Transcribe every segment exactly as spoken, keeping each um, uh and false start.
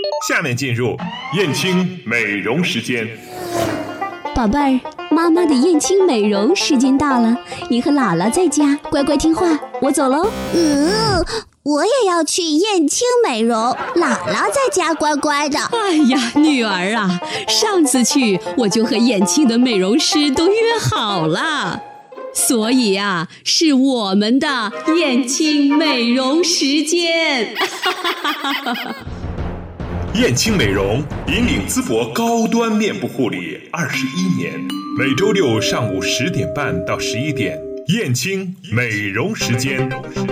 下面进入燕青美容时间。 宝贝儿，妈妈的燕青美容时间到了，你和姥姥在家乖乖听话，我走喽。 嗯，我也要去燕青美容，姥姥在家乖乖的。 哎呀，女儿啊，上次去我就和燕青的美容师都约好了，所以啊，是我们的燕青美容时间。 燕青美容引领淄博高端面部护理二十一年，每周六上午十点半到十一点，燕青美容时间。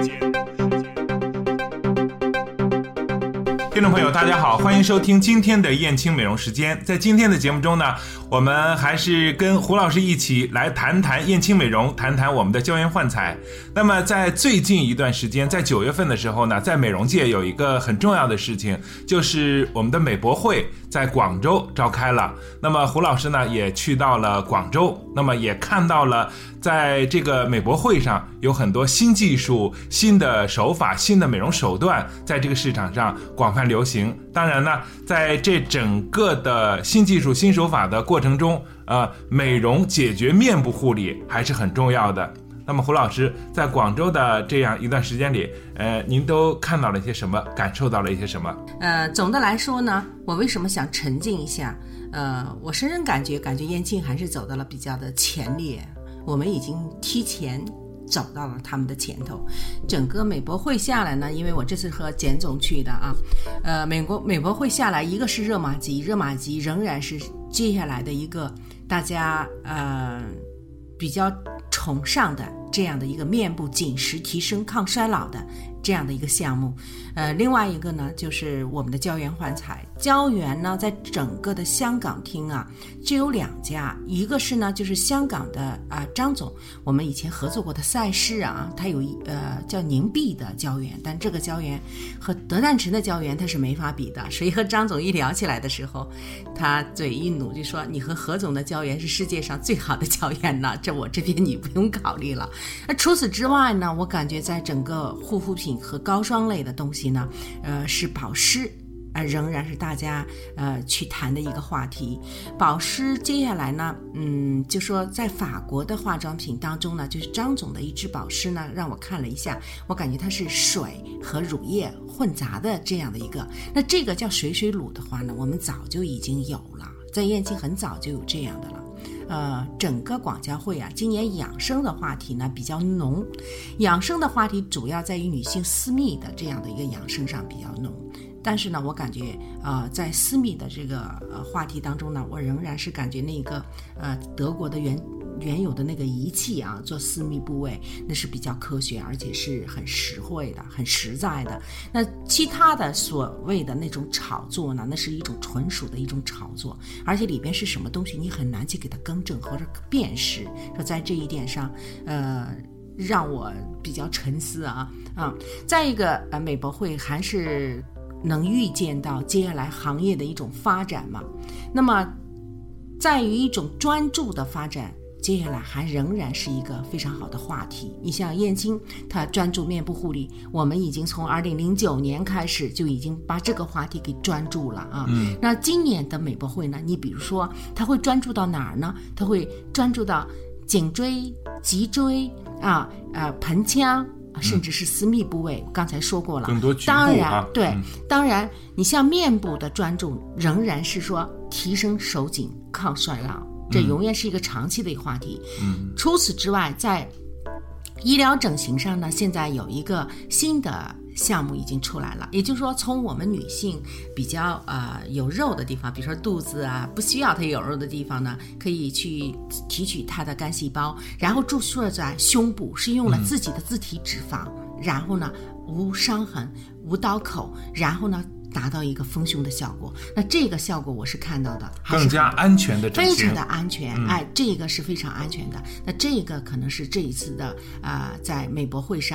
听众朋友大家好，欢迎收听今天的燕青美容时间。在今天的节目中呢，我们还是跟胡老师一起来谈谈燕青美容，谈谈我们的胶原焕彩。那么在最近一段时间，在九月份的时候呢，在美容界有一个很重要的事情，就是我们的美博会在广州召开了。那么胡老师呢也去到了广州，那么也看到了在这个美博会上有很多新技术、新的手法、新的美容手段在这个市场上广泛流行。当然呢，在这整个的新技术、新手法的过程中，呃，美容解决面部护理还是很重要的。那么胡老师在广州的这样一段时间里，呃，您都看到了一些什么，感受到了一些什么？ 呃，总的来说呢，我为什么想沉浸一下？呃，我深深感觉，感觉燕青还是走到了比较的前列，我们已经提前走到了他们的前头。整个美博会下来呢，因为我这次和简总去的啊，呃，美国美博会下来，一个是热玛吉，热玛吉仍然是接下来的一个大家呃比较崇尚的这样的一个面部紧实提升抗衰老的这样的一个项目。呃，另外一个呢，就是我们的胶原焕彩。胶原呢，在整个的香港厅啊，就有两家，一个是呢，就是香港的啊、呃、张总，我们以前合作过的赛事啊，它有一呃叫凝碧的胶原，但这个胶原和德诞池的胶原它是没法比的。所以和张总一聊起来的时候，他嘴一努就说：“你和何总的胶原是世界上最好的胶原呢，这我这边你不用考虑了。”那除此之外呢，我感觉在整个护肤品和膏霜类的东西呢，呃，是保湿。呃，仍然是大家呃去谈的一个话题。保湿接下来呢，嗯，就说在法国的化妆品当中呢，就是张总的一支保湿呢，让我看了一下，我感觉它是水和乳液混杂的这样的一个。那这个叫水水乳的话呢，我们早就已经有了，在燕青很早就有这样的了。呃，整个广交会啊，今年养生的话题呢比较浓，养生的话题主要在于女性私密的这样的一个养生上比较浓。但是呢，我感觉呃，在私密的这个呃话题当中呢，我仍然是感觉那个呃德国的原原有的那个仪器啊，做私密部位那是比较科学，而且是很实惠的、很实在的。那其他的所谓的那种炒作呢，那是一种纯属的一种炒作，而且里边是什么东西，你很难去给它更正或者辨识。说在这一点上，呃。让我比较沉思啊啊！再一个，呃，美博会还是能预见到接下来行业的一种发展嘛。那么，在于一种专注的发展，接下来还仍然是一个非常好的话题。你像燕青，他专注面部护理，我们已经从二零零九年开始就已经把这个话题给专注了啊。嗯，那今年的美博会呢，你比如说，他会专注到哪儿呢？他会专注到颈椎、脊椎。啊，呃，盆腔，甚至是私密部位，嗯、刚才说过了。 更多局部当然， 啊、 对、 嗯， 当然，你像面部的专注，仍然是说提升手紧、抗衰老，这永远是一个长期的一个话题。嗯，除此之外，在医疗整形上呢，现在有一个新的项目已经出来了，也就是说，从我们女性比较呃有肉的地方，比如说肚子啊，不需要它有肉的地方呢，可以去提取它的干细胞，然后注射在胸部，是用了自己的自体脂肪，嗯、然后呢无伤痕、无刀口，然后呢达到一个丰胸的效果。那这个效果我是看到的， 更加安全的整形， 非常的安全、嗯、哎，这个是非常安全的。那这个可能是这一次的呃在美博会上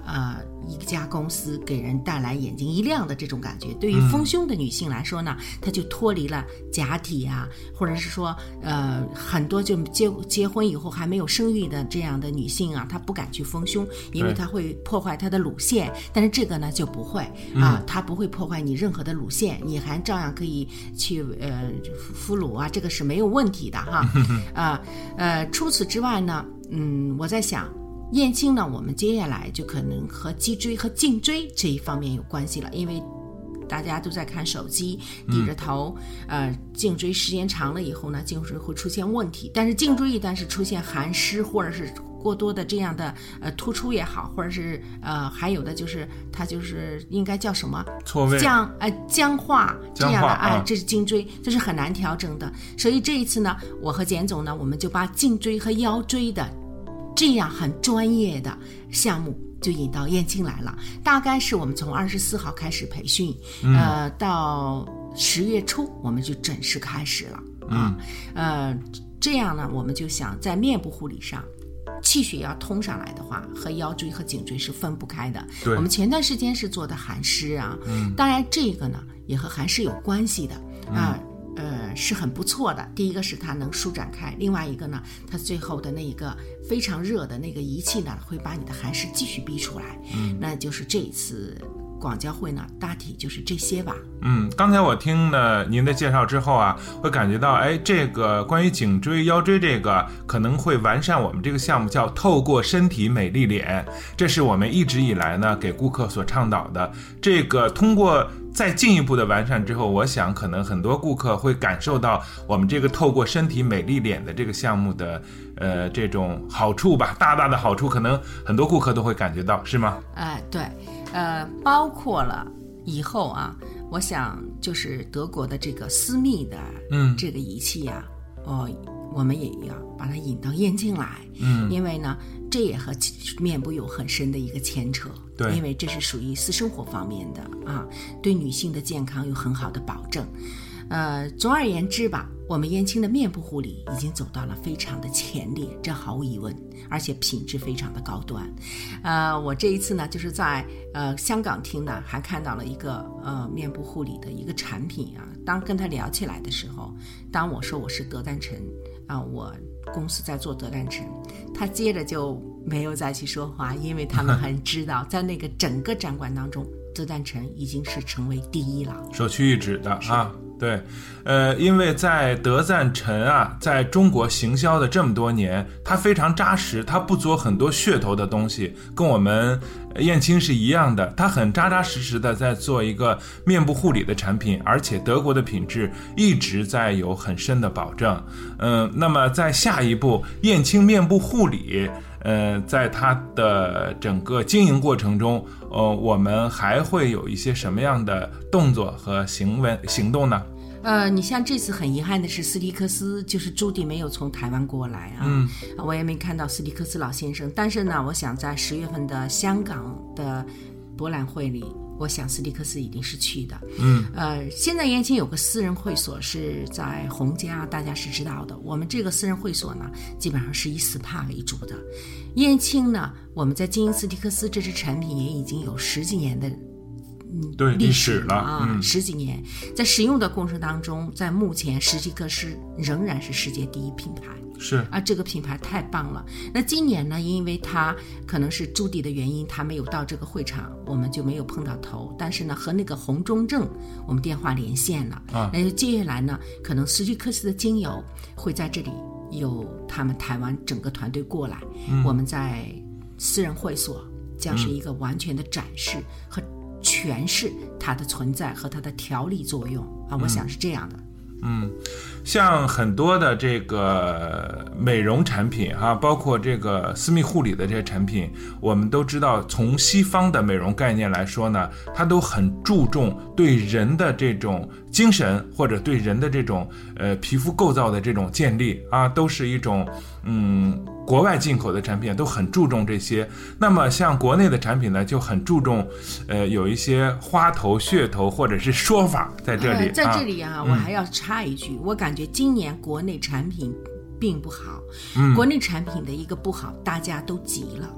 呃一家公司给人带来眼睛一亮的这种感觉。对于丰胸的女性来说呢，她、嗯、就脱离了假体啊，或者是说呃很多就结结婚以后还没有生育的这样的女性啊，她不敢去丰胸，因为她会破坏她的乳腺。但是这个呢就不会啊，它不会破坏你任何的乳腺，你还照样可以去呃敷乳啊，这个是没有问题的哈。啊呃除此之外呢，嗯，我在想。燕青呢，我们接下来就可能和脊椎和颈椎这一方面有关系了，因为大家都在看手机，低着头，嗯、呃，颈椎时间长了以后呢，颈椎会出现问题。但是颈椎一旦是出现寒湿或者是过多的这样的呃突出也好，或者是呃还有的就是它就是应该叫什么错位僵呃僵化这样的哎、 啊， 这是颈椎，这是很难调整的。所以这一次呢，我和简总呢，我们就把颈椎和腰椎的这样很专业的项目就引到燕青来了，大概是我们从二十四号开始培训，嗯、呃，到十月初我们就正式开始了啊，嗯、呃，这样呢，我们就想在面部护理上。气血要通上来的话，和腰椎和颈椎是分不开的。我们前段时间是做的寒湿啊，嗯、当然这个呢也和寒湿有关系的啊。嗯呃，是很不错的。第一个是它能舒展开，另外一个呢，它最后的那一个非常热的那个仪器呢，会把你的寒湿继续逼出来。嗯，那就是这一次广交会呢，大体就是这些吧。 嗯，刚才我听了您的介绍之后啊，会感觉到，哎，这个关于颈椎、腰椎这个可能会完善我们这个项目，叫透过身体美丽脸，这是我们一直以来呢给顾客所倡导的。这个通过再进一步的完善之后，我想可能很多顾客会感受到我们这个透过身体美丽脸的这个项目的呃这种好处吧，大大的好处，可能很多顾客都会感觉到，是吗？ 哎、呃，对，呃，包括了以后啊，我想就是德国的这个私密的嗯这个仪器啊，哦，我们也要把它引到燕京来，嗯，因为呢，这也和面部有很深的一个牵扯。对，因为这是属于私生活方面的啊，对女性的健康有很好的保证。呃，总而言之吧，我们燕青的面部护理已经走到了非常的前列，这毫无疑问，而且品质非常的高端。呃，我这一次呢，就是在呃香港厅呢，还看到了一个呃面部护理的一个产品啊。当跟他聊起来的时候，当我说我是德丹臣啊、呃，我公司在做德丹臣，他接着就没有再去说话，因为他们很知道，在那个整个展馆当中，德丹臣已经是成为第一了， 首屈一指的啊。对，呃，因为在德赞臣啊，在中国行销的这么多年，它非常扎实，它不做很多噱头的东西，跟我们燕青是一样的，它很扎扎实实的在做一个面部护理的产品，而且德国的品质一直在有很深的保证。嗯、呃，那么在下一步，燕青面部护理。呃，在它的整个经营过程中，呃，我们还会有一些什么样的动作和行为行动呢？ 呃，你像这次很遗憾的是，斯蒂克斯就是朱迪没有从台湾过来啊，嗯，我也没看到斯蒂克斯老先生。但是呢，我想在十月份的香港的博览会里，我想斯蒂克斯一定是去的。嗯，呃，现在燕青有个私人会所是在洪家，大家是知道的。我们这个私人会所呢，基本上是以 S P A 为主的。燕青呢，我们在经营斯蒂克斯这支产品也已经有十几年的。嗯， 对， 历史了啊、 嗯， 十几年，在使用的过程当中，在目前斯蒂克斯仍然是世界第一品牌， 是啊，这个品牌太棒了。那今年呢，因为它可能是朱迪的原因，他没有到这个会场，我们就没有碰到头。但是呢，和那个洪中正我们电话连线了啊，那接下来呢，可能斯蒂克斯的精油会在这里有他们台湾整个团队过来，嗯、我们在私人会所将是一个完全的展示和。诠释它的存在和它的调理作用啊，我想是这样的。 嗯，像很多的这个美容产品哈、啊，包括这个私密护理的这些产品，我们都知道，从西方的美容概念来说呢，它都很注重对人的这种精神或者对人的这种呃皮肤构造的这种建立啊，都是一种嗯国外进口的产品都很注重这些。那么像国内的产品呢，就很注重呃有一些花头噱头或者是说法在这里、 呃、在这里啊、嗯、我还要插一句，我感觉今年国内产品并不好、嗯、国内产品的一个不好大家都急了，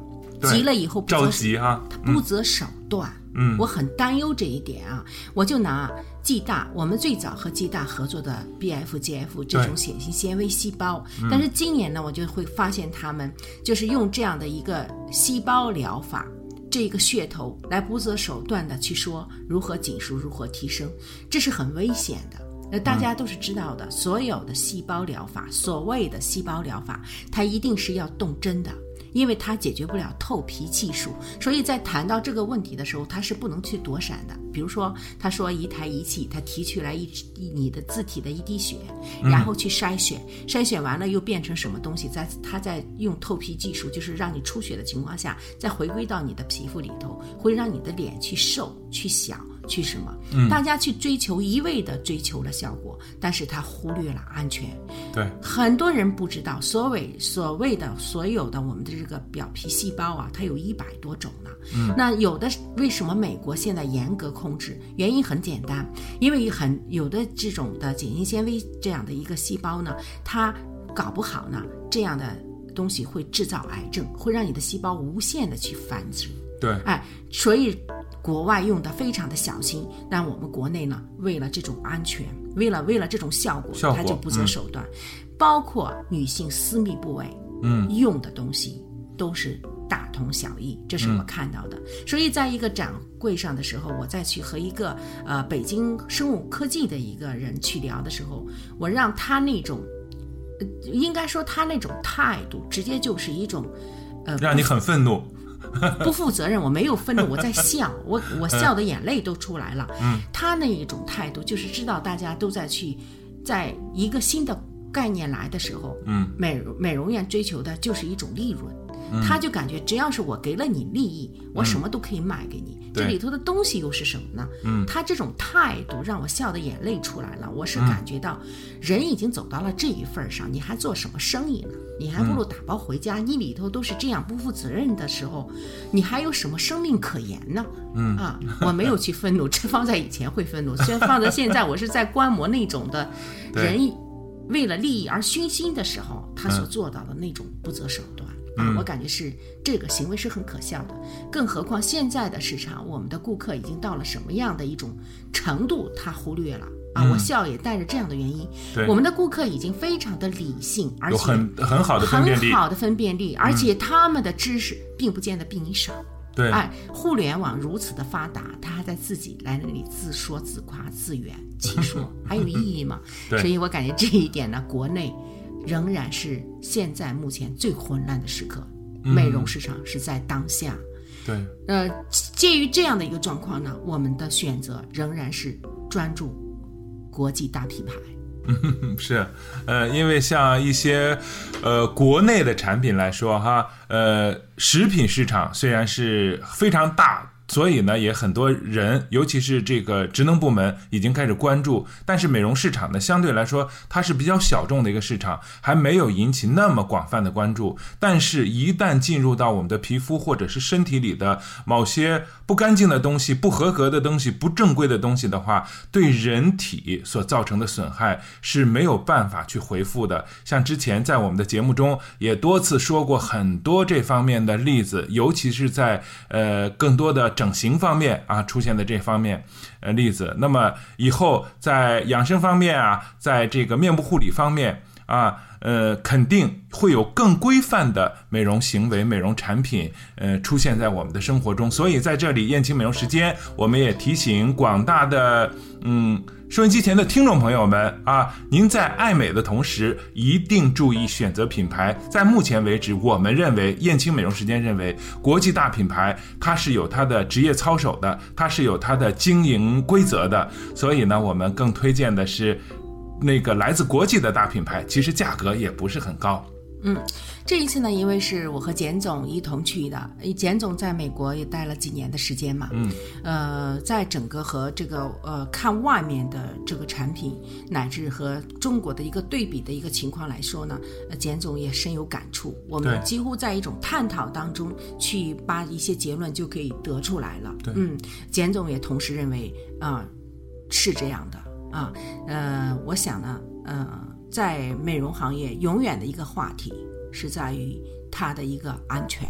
急了以后不着急哈、啊， 他不择手段。嗯，我很担忧这一点啊。我就拿暨大，我们最早和暨大合作的 B F G F 这种显性纤维细胞，但是今年呢，我就会发现他们就是用这样的一个细胞疗法。这个噱头来不择手段的去说如何紧缩如何提升，这是很危险的。呃，大家都是知道的，所有的细胞疗法，所谓的细胞疗法，它一定是要动针的，因为它解决不了透皮技术，所以在谈到这个问题的时候，它是不能去躲闪的。比如说，他说一台仪器，它提取来一你的自体的一滴血，然后去筛选，嗯、筛选完了又变成什么东西，在它在用透皮技术，就是让你出血的情况下，再回归到你的皮肤里头，会让你的脸去瘦、去小、去什么？嗯、大家去追求，一味的追求了效果，但是他忽略了安全。 对， 很多人不知道，所谓所谓的所有的我们的这个表皮细胞啊，它有一百多种呢。嗯，那有的为什么美国现在严格控制？原因很简单，因为很有的这种的碱性纤维这样的一个细胞呢，它搞不好呢，这样的东西会制造癌症，会让你的细胞无限的去繁殖。 对， 哎，所以国外用的非常的小心，但我们国内呢，为了这种安全，为了为了这种效果， 效果它就不择手段，嗯、包括女性私密部位， 嗯， 用的东西都是大同小异，这是我看到的。嗯、所以在一个展柜上的时候，我再去和一个呃北京生物科技的一个人去聊的时候，我让他那种，呃、应该说他那种态度，直接就是一种，呃， 让你很愤怒。 不负责任，我没有愤怒，我在笑，我我笑的眼泪都出来了。嗯，他那一种态度就是知道大家都在去，在一个新的概念来的时候，嗯，美美容院追求的就是一种利润。他就感觉只要是我给了你利益，我什么都可以卖给你。嗯、这里头的东西又是什么呢？嗯，他这种态度让我笑的眼泪出来了。我是感觉到，人已经走到了这一份上，你还做什么生意呢？你还不如打包回家。嗯、你里头都是这样不负责任的时候，你还有什么生命可言呢？嗯啊，我没有去愤怒，这放在以前会愤怒，虽然放在现在，我是在观摩那种的人为了利益而熏心的时候，他所做到的那种不择手段。啊，我感觉是这个行为是很可笑的，更何况现在的市场，我们的顾客已经到了什么样的一种程度，他忽略了啊！嗯、我笑也带着这样的原因，我们的顾客已经非常的理性，而且有很很好的分辨力， 很好的分辨力，而且他们的知识并不见得比你少。 对， 哎，互联网如此的发达，他还在自己来那里自说自夸、自圆其说，还有意义吗？所以我感觉这一点呢，国内仍然是现在目前最混乱的时刻，嗯、美容市场是在当下。 对， 呃，介于这样的一个状况呢，我们的选择仍然是专注国际大品牌。 嗯，是，呃，因为像一些，呃，国内的产品来说，哈，呃，食品市场虽然是非常大。所以呢，也很多人，尤其是这个职能部门已经开始关注，但是美容市场呢，相对来说它是比较小众的一个市场，还没有引起那么广泛的关注。但是一旦进入到我们的皮肤或者是身体里的某些不干净的东西、不合格的东西、不正规的东西的话，对人体所造成的损害是没有办法去回复的。像之前在我们的节目中也多次说过很多这方面的例子，尤其是在呃更多的整形方面啊出现的这方面呃例子。那么以后在养生方面啊，在这个面部护理方面啊，呃，肯定会有更规范的美容行为、美容产品，呃，出现在我们的生活中。所以在这里，燕青美容时间，我们也提醒广大的嗯收音机前的听众朋友们啊，您在爱美的同时，一定注意选择品牌。在目前为止，我们认为燕青美容时间认为，国际大品牌它是有它的职业操守的，它是有它的经营规则的。所以呢，我们更推荐的是那个来自国际的大品牌，其实价格也不是很高。 嗯，这一次呢，因为是我和简总一同去的，简总在美国也待了几年的时间嘛，嗯，呃，在整个和这个呃看外面的这个产品，乃至和中国的一个对比的一个情况来说呢，呃，简总也深有感触。我们几乎在一种探讨当中去把一些结论就可以得出来了。 对， 嗯，简总也同时认为啊、呃、是这样的啊，呃，我想呢，呃。在美容行业永远的一个话题是在于它的一个安全，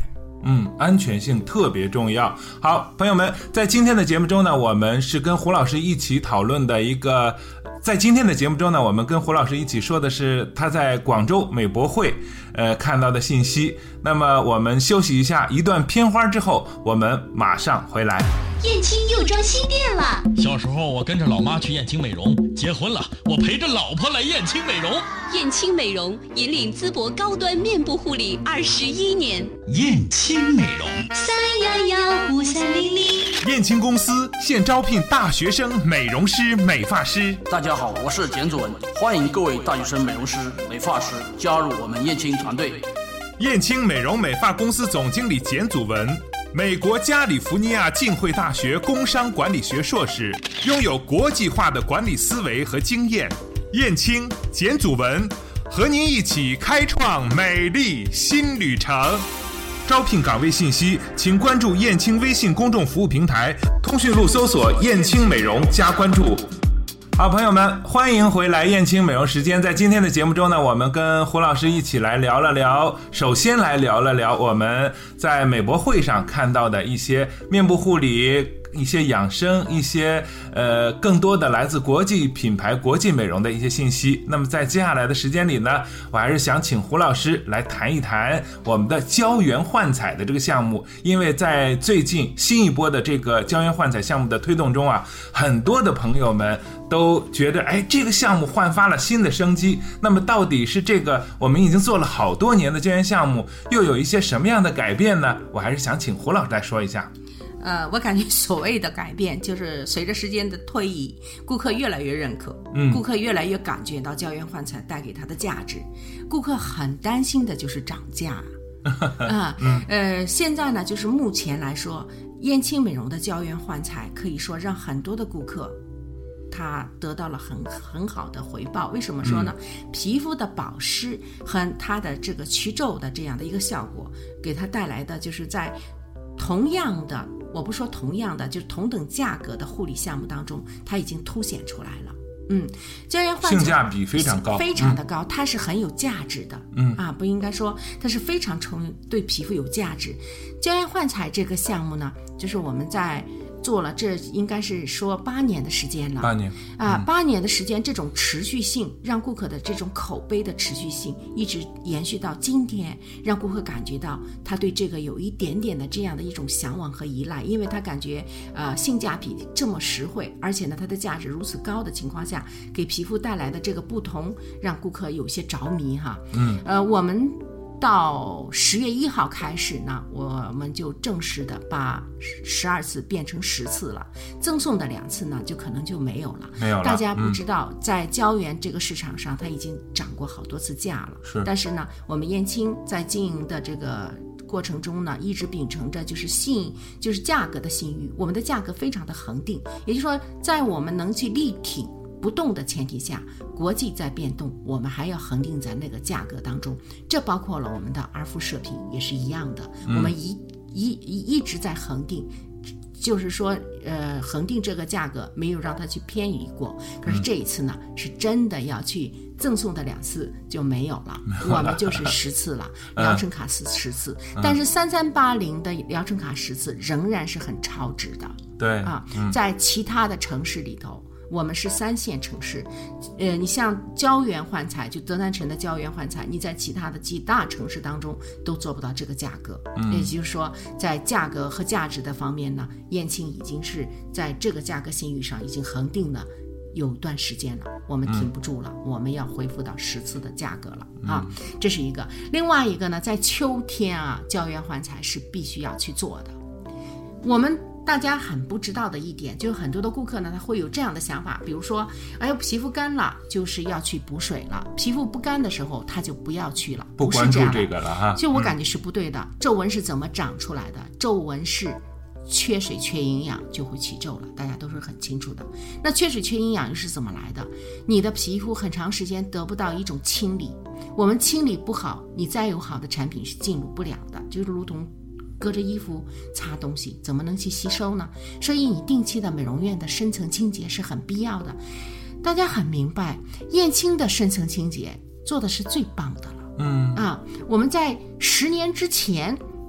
嗯，安全性特别重要。好，朋友们，在今天的节目中呢，我们是跟胡老师一起讨论的一个，在今天的节目中呢，我们跟胡老师一起说的是他在广州美博会呃看到的信息。那么我们休息一下，一段片花之后，我们马上回来。 燕青又装新店了。 小时候我跟着老妈去燕青美容，结婚了我陪着老婆来燕青美容。 燕青美容引领淄博高端面部护理二十一年。 燕青美容三幺幺五三零零。 燕青公司现招聘大学生美容师、美发师。 大家好，我是简祖文，欢迎各位大学生美容师、美发师加入我们燕青团队。 燕青美容美发公司总经理简祖文，美国加利福尼亚浸会大学工商管理学硕士，拥有国际化的管理思维和经验。燕青、简祖文和您一起开创美丽新旅程。招聘岗位信息，请关注燕青微信公众服务平台，通讯录搜索燕青美容加关注。好，朋友们，欢迎回来燕青美容时间。在今天的节目中呢，我们跟胡老师一起来聊了聊，首先来聊了聊我们在美博会上看到的一些面部护理、一些养生、一些呃更多的来自国际品牌、国际美容的一些信息。那么在接下来的时间里呢，我还是想请胡老师来谈一谈我们的胶原焕彩的这个项目，因为在最近新一波的这个胶原焕彩项目的推动中啊，很多的朋友们都觉得，哎，这个项目焕发了新的生机。那么到底是这个我们已经做了好多年的胶原项目，又有一些什么样的改变呢？我还是想请胡老师来说一下。 呃，我感觉所谓的改变，就是随着时间的推移，顾客越来越认可， 嗯， 顾客越来越感觉到胶原焕彩带给他的价值。顾客很担心的就是涨价啊，呃，现在呢，就是目前来说，燕青美容的胶原焕彩可以说让很多的顾客他得到了很很好的回报。为什么说呢？嗯、皮肤的保湿和它的这个去皱的这样的一个效果，给他带来的就是在同样的，我不说同样的，就是同等价格的护理项目当中，它已经凸显出来了。嗯，胶原焕彩性价比非常高， 非常的高，嗯、它是很有价值的。 嗯啊，不应该说它是非常充对皮肤有价值。胶原焕彩这个项目呢，就是我们在做了，这应该是说八年的时间了。 八年啊，八年的时间，这种持续性让顾客的这种口碑的持续性一直延续到今天，让顾客感觉到他对这个有一点点的这样的一种向往和依赖，因为他感觉呃性价比这么实惠，而且呢它的价值如此高的情况下，给皮肤带来的这个不同，让顾客有些着迷哈。 嗯， 呃，我们到十月一号开始呢，我们就正式的把十二次变成十次了，赠送的两次呢就可能就没有了。 没有了。 大家不知道，在胶原这个市场上，它已经涨过好多次价了。 是。 但是呢，我们燕青在经营的这个过程中呢，一直秉承着就是信，就是价格的信誉，我们的价格非常的恒定，也就是说，在我们能去力挺不动的前提下，国际在变动，我们还要恒定在那个价格当中。这包括了我们的儿敷射频也是一样的，嗯、我们一一一一直在恒定，就是说，呃，恒定这个价格没有让它去偏移过。可是这一次呢，是真的要去赠送的两次就没有了，我们就是十次了，疗程卡是十次，嗯、但是三三八零的疗程卡十次仍然是很超值的。 对啊， 嗯、 在其他的城市里头。我们是三线城市，呃，你像胶原焕彩，就德南城的胶原焕彩，你在其他的几大城市当中都做不到这个价格。嗯，也就是说，在价格和价值的方面呢，燕青已经是在这个价格信誉上已经恒定了有段时间了，我们挺不住了，嗯、我们要恢复到十次的价格了啊，嗯、这是一个。另外一个呢，在秋天啊，胶原焕彩是必须要去做的。我们大家很不知道的一点，就是很多的顾客呢，他会有这样的想法，比如说，哎呦，皮肤干了，就是要去补水了；皮肤不干的时候，他就不要去了， 不关注这个了哈。 就我感觉是不对的。嗯、皱纹是怎么长出来的？皱纹是缺水缺营养就会起皱了，大家都是很清楚的。那缺水缺营养又是怎么来的？你的皮肤很长时间得不到一种清理，我们清理不好，你再有好的产品是进入不了的，就是如同隔着衣服擦东西，怎么能去吸收呢？所以你定期的美容院的深层清洁是很必要的。大家很明白，燕青的深层清洁做的是最棒的了。 嗯啊，我们在十年之前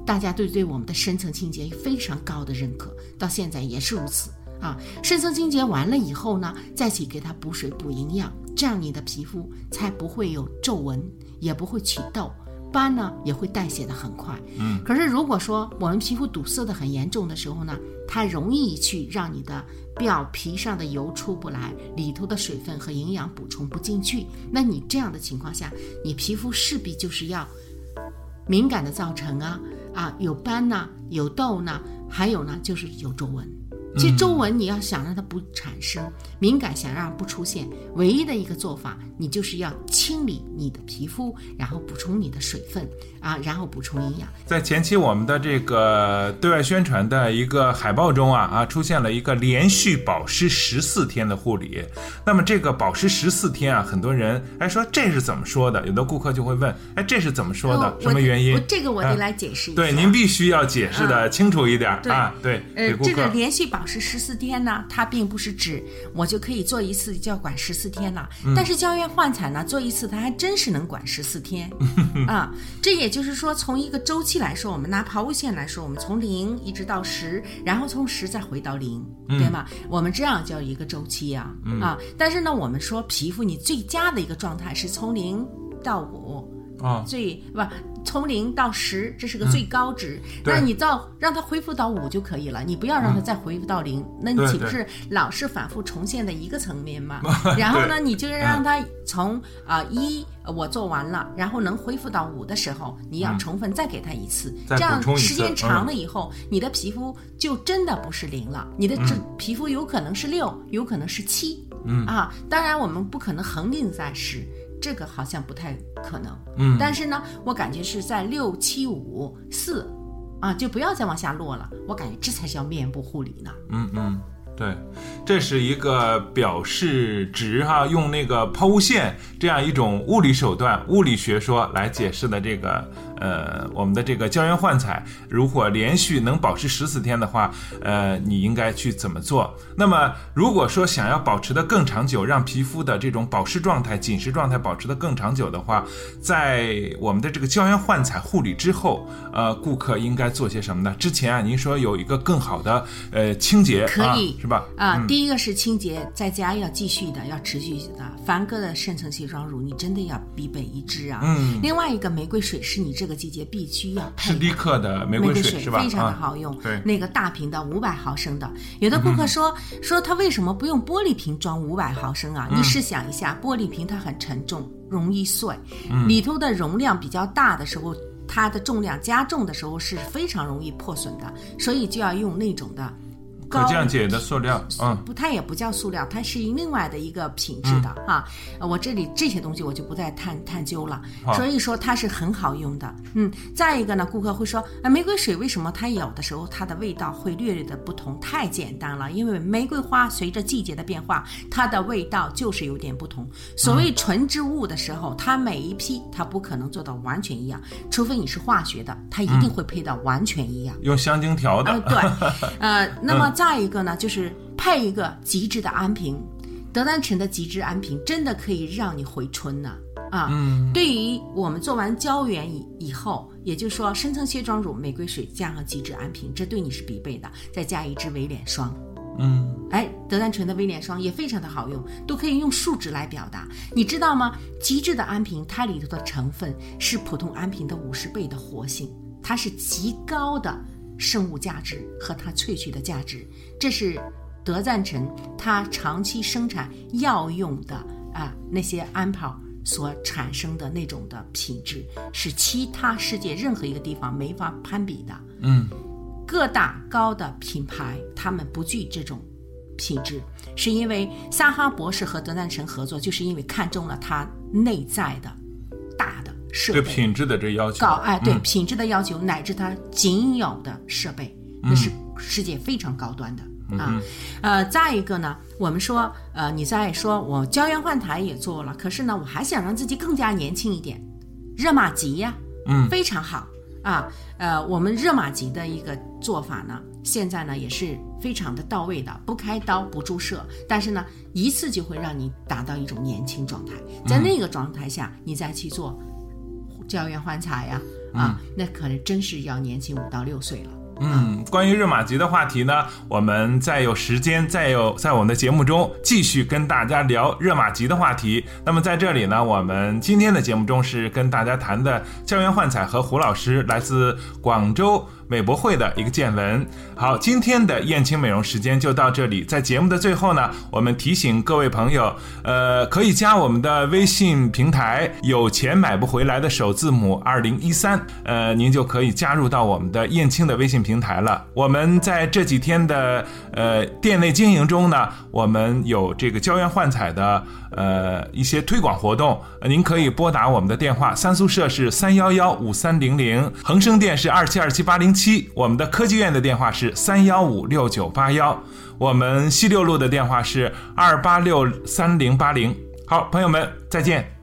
大家对对我们的深层清洁非常高的认可，到现在也是如此啊。深层清洁完了以后呢，再去给它补水补营养，这样你的皮肤才不会有皱纹，也不会起痘，斑呢也会代谢的很快。嗯，可是如果说我们皮肤堵塞的很严重的时候呢，它容易去让你的表皮上的油出不来，里头的水分和营养补充不进去，那你这样的情况下，你皮肤势必就是要敏感的造成啊啊，有斑呢、啊，有痘呢，还有呢就是有皱纹。其实皱纹你要想让它不产生，敏感想让它不出现，唯一的一个做法，你就是要清理你的皮肤，然后补充你的水分啊，然后补充营养。 在前期我们的这个对外宣传的一个海报中啊啊，出现了一个连续保湿十四天的护理。那么这个保湿十四天啊，很多人哎说这是怎么说的？有的顾客就会问，哎这是怎么说的？哦、什么原因？ 我这个我得来解释一下。 对，您必须要解释的清楚一点、嗯、啊。对， 呃，这个连续保湿十四天呢，它并不是指我就可以做一次就要管十四天了、嗯、但是胶原焕彩呢，做一次它还真是能管十四天啊。这也就是说，从一个周期来说，我们拿抛物线来说，我们从零一直到十，然后从十再回到零、嗯、对吗？我们这样叫一个周期啊、嗯、啊。但是呢，我们说皮肤你最佳的一个状态是从零到五啊，最不从零到十，这是个最高值、嗯、那你到让它恢复到五就可以了，你不要让它再恢复到零、嗯、那你岂不是老是反复重现的一个层面吗？然后呢，你就让它从啊一、呃、我做完了，然后能恢复到五的时候，你要充分再给它一次、嗯、这样时间长了以后、嗯、你的皮肤就真的不是零了，你的这皮肤有可能是六，有可能是七、嗯、啊，当然我们不可能恒定在十，这个好像不太可能，嗯，但是呢，我感觉是在六七五四，啊，就不要再往下落了。我感觉这才叫面部护理呢。 嗯嗯，对，这是一个表示值哈，用那个抛物线这样一种物理手段、物理学说来解释的这个呃我们的这个胶原焕彩，如果连续能保持十四天的话，呃，你应该去怎么做？那么如果说想要保持的更长久，让皮肤的这种保湿状态、紧实状态保持的更长久的话，在我们的这个胶原焕彩护理之后，呃，顾客应该做些什么呢？之前啊，您说有一个更好的呃清洁， 可以、 啊、是吧？ 啊、嗯，第一个是清洁，在家要继续的，要持续的。凡哥的深层卸妆乳，你真的要必备一支啊。嗯。另外一个玫瑰水是你这个季节必须要配的， 是立克的玫瑰水，玫瑰水是吧？非常的好用。 啊、对。 那个大瓶的五百毫升的，有的顾客说、嗯、说他为什么不用玻璃瓶装五百毫升啊？嗯、你试想一下，玻璃瓶它很沉重，容易碎，嗯、里头的容量比较大的时候，它的重量加重的时候是非常容易破损的，所以就要用那种的。 可降解的塑料，嗯， 不，它也不叫塑料，它是另外的一个品质的、嗯、啊。我这里这些东西我就不再探探究了，所以说它是很好用的。嗯，再一个呢，顾客会说，啊，玫瑰水为什么它有的时候它的味道会略略的不同？太简单了，因为玫瑰花随着季节的变化，它的味道就是有点不同。所谓纯植物的时候，它每一批它不可能做到完全一样，除非你是化学的，它一定会配到完全一样。 嗯、用香精调的， 呃、对，呃，那么。再一个呢，就是配一个极致的安瓶，德丹臣的极致安瓶真的可以让你回春呢啊！嗯，对于我们做完胶原以以后，也就是说深层卸妆乳、玫瑰水加上极致安瓶，这对你是必备的，再加一支微脸霜。嗯，哎，德丹醇的微脸霜也非常的好用，都可以用数值来表达。你知道吗？极致的安瓶它里头的成分是普通安瓶的五十倍的活性，它是极高的生物价值和它萃取的价值，这是德赞臣它长期生产药用的啊那些安泡所产生的那种的品质，是其他世界任何一个地方没法攀比的。嗯，各大高的品牌他们不具这种品质，是因为萨哈博士和德赞臣合作，就是因为看中了它内在的大的设备， 对品质的这要求， 高哎，对、嗯、品质的要求，乃至它仅有的设备，那、嗯、是世界非常高端的、嗯、啊。呃，再一个呢，我们说，呃，你再说我胶原焕彩也做了，可是呢，我还想让自己更加年轻一点，热玛吉呀，嗯，非常好啊。呃，我们热玛吉的一个做法呢，现在呢也是非常的到位的，不开刀不注射，但是呢一次就会让你达到一种年轻状态，在那个状态下你再去做胶原焕彩呀啊，那可能真是要年轻五到六岁了。 嗯，关于热玛吉的话题呢，我们再有时间，再有在我们的节目中继续跟大家聊热玛吉的话题。那么在这里呢，我们今天的节目中是跟大家谈的胶原焕彩和胡老师来自广州美博会的一个见闻。好，今天的燕青美容时间就到这里。在节目的最后呢，我们提醒各位朋友，呃，可以加我们的微信平台“有钱买不回来的首字母二零一三”，呃，您就可以加入到我们的燕青的微信平台了。我们在这几天的呃店内经营中呢，我们有这个胶原焕彩的呃一些推广活动，呃、您可以拨打我们的电话，三宿舍是三一一五三零零，恒生店是二七二七八零七，我们的科技院的电话是三一五六九八一，我们西六路的电话是二八六三零八零。好，朋友们，再见。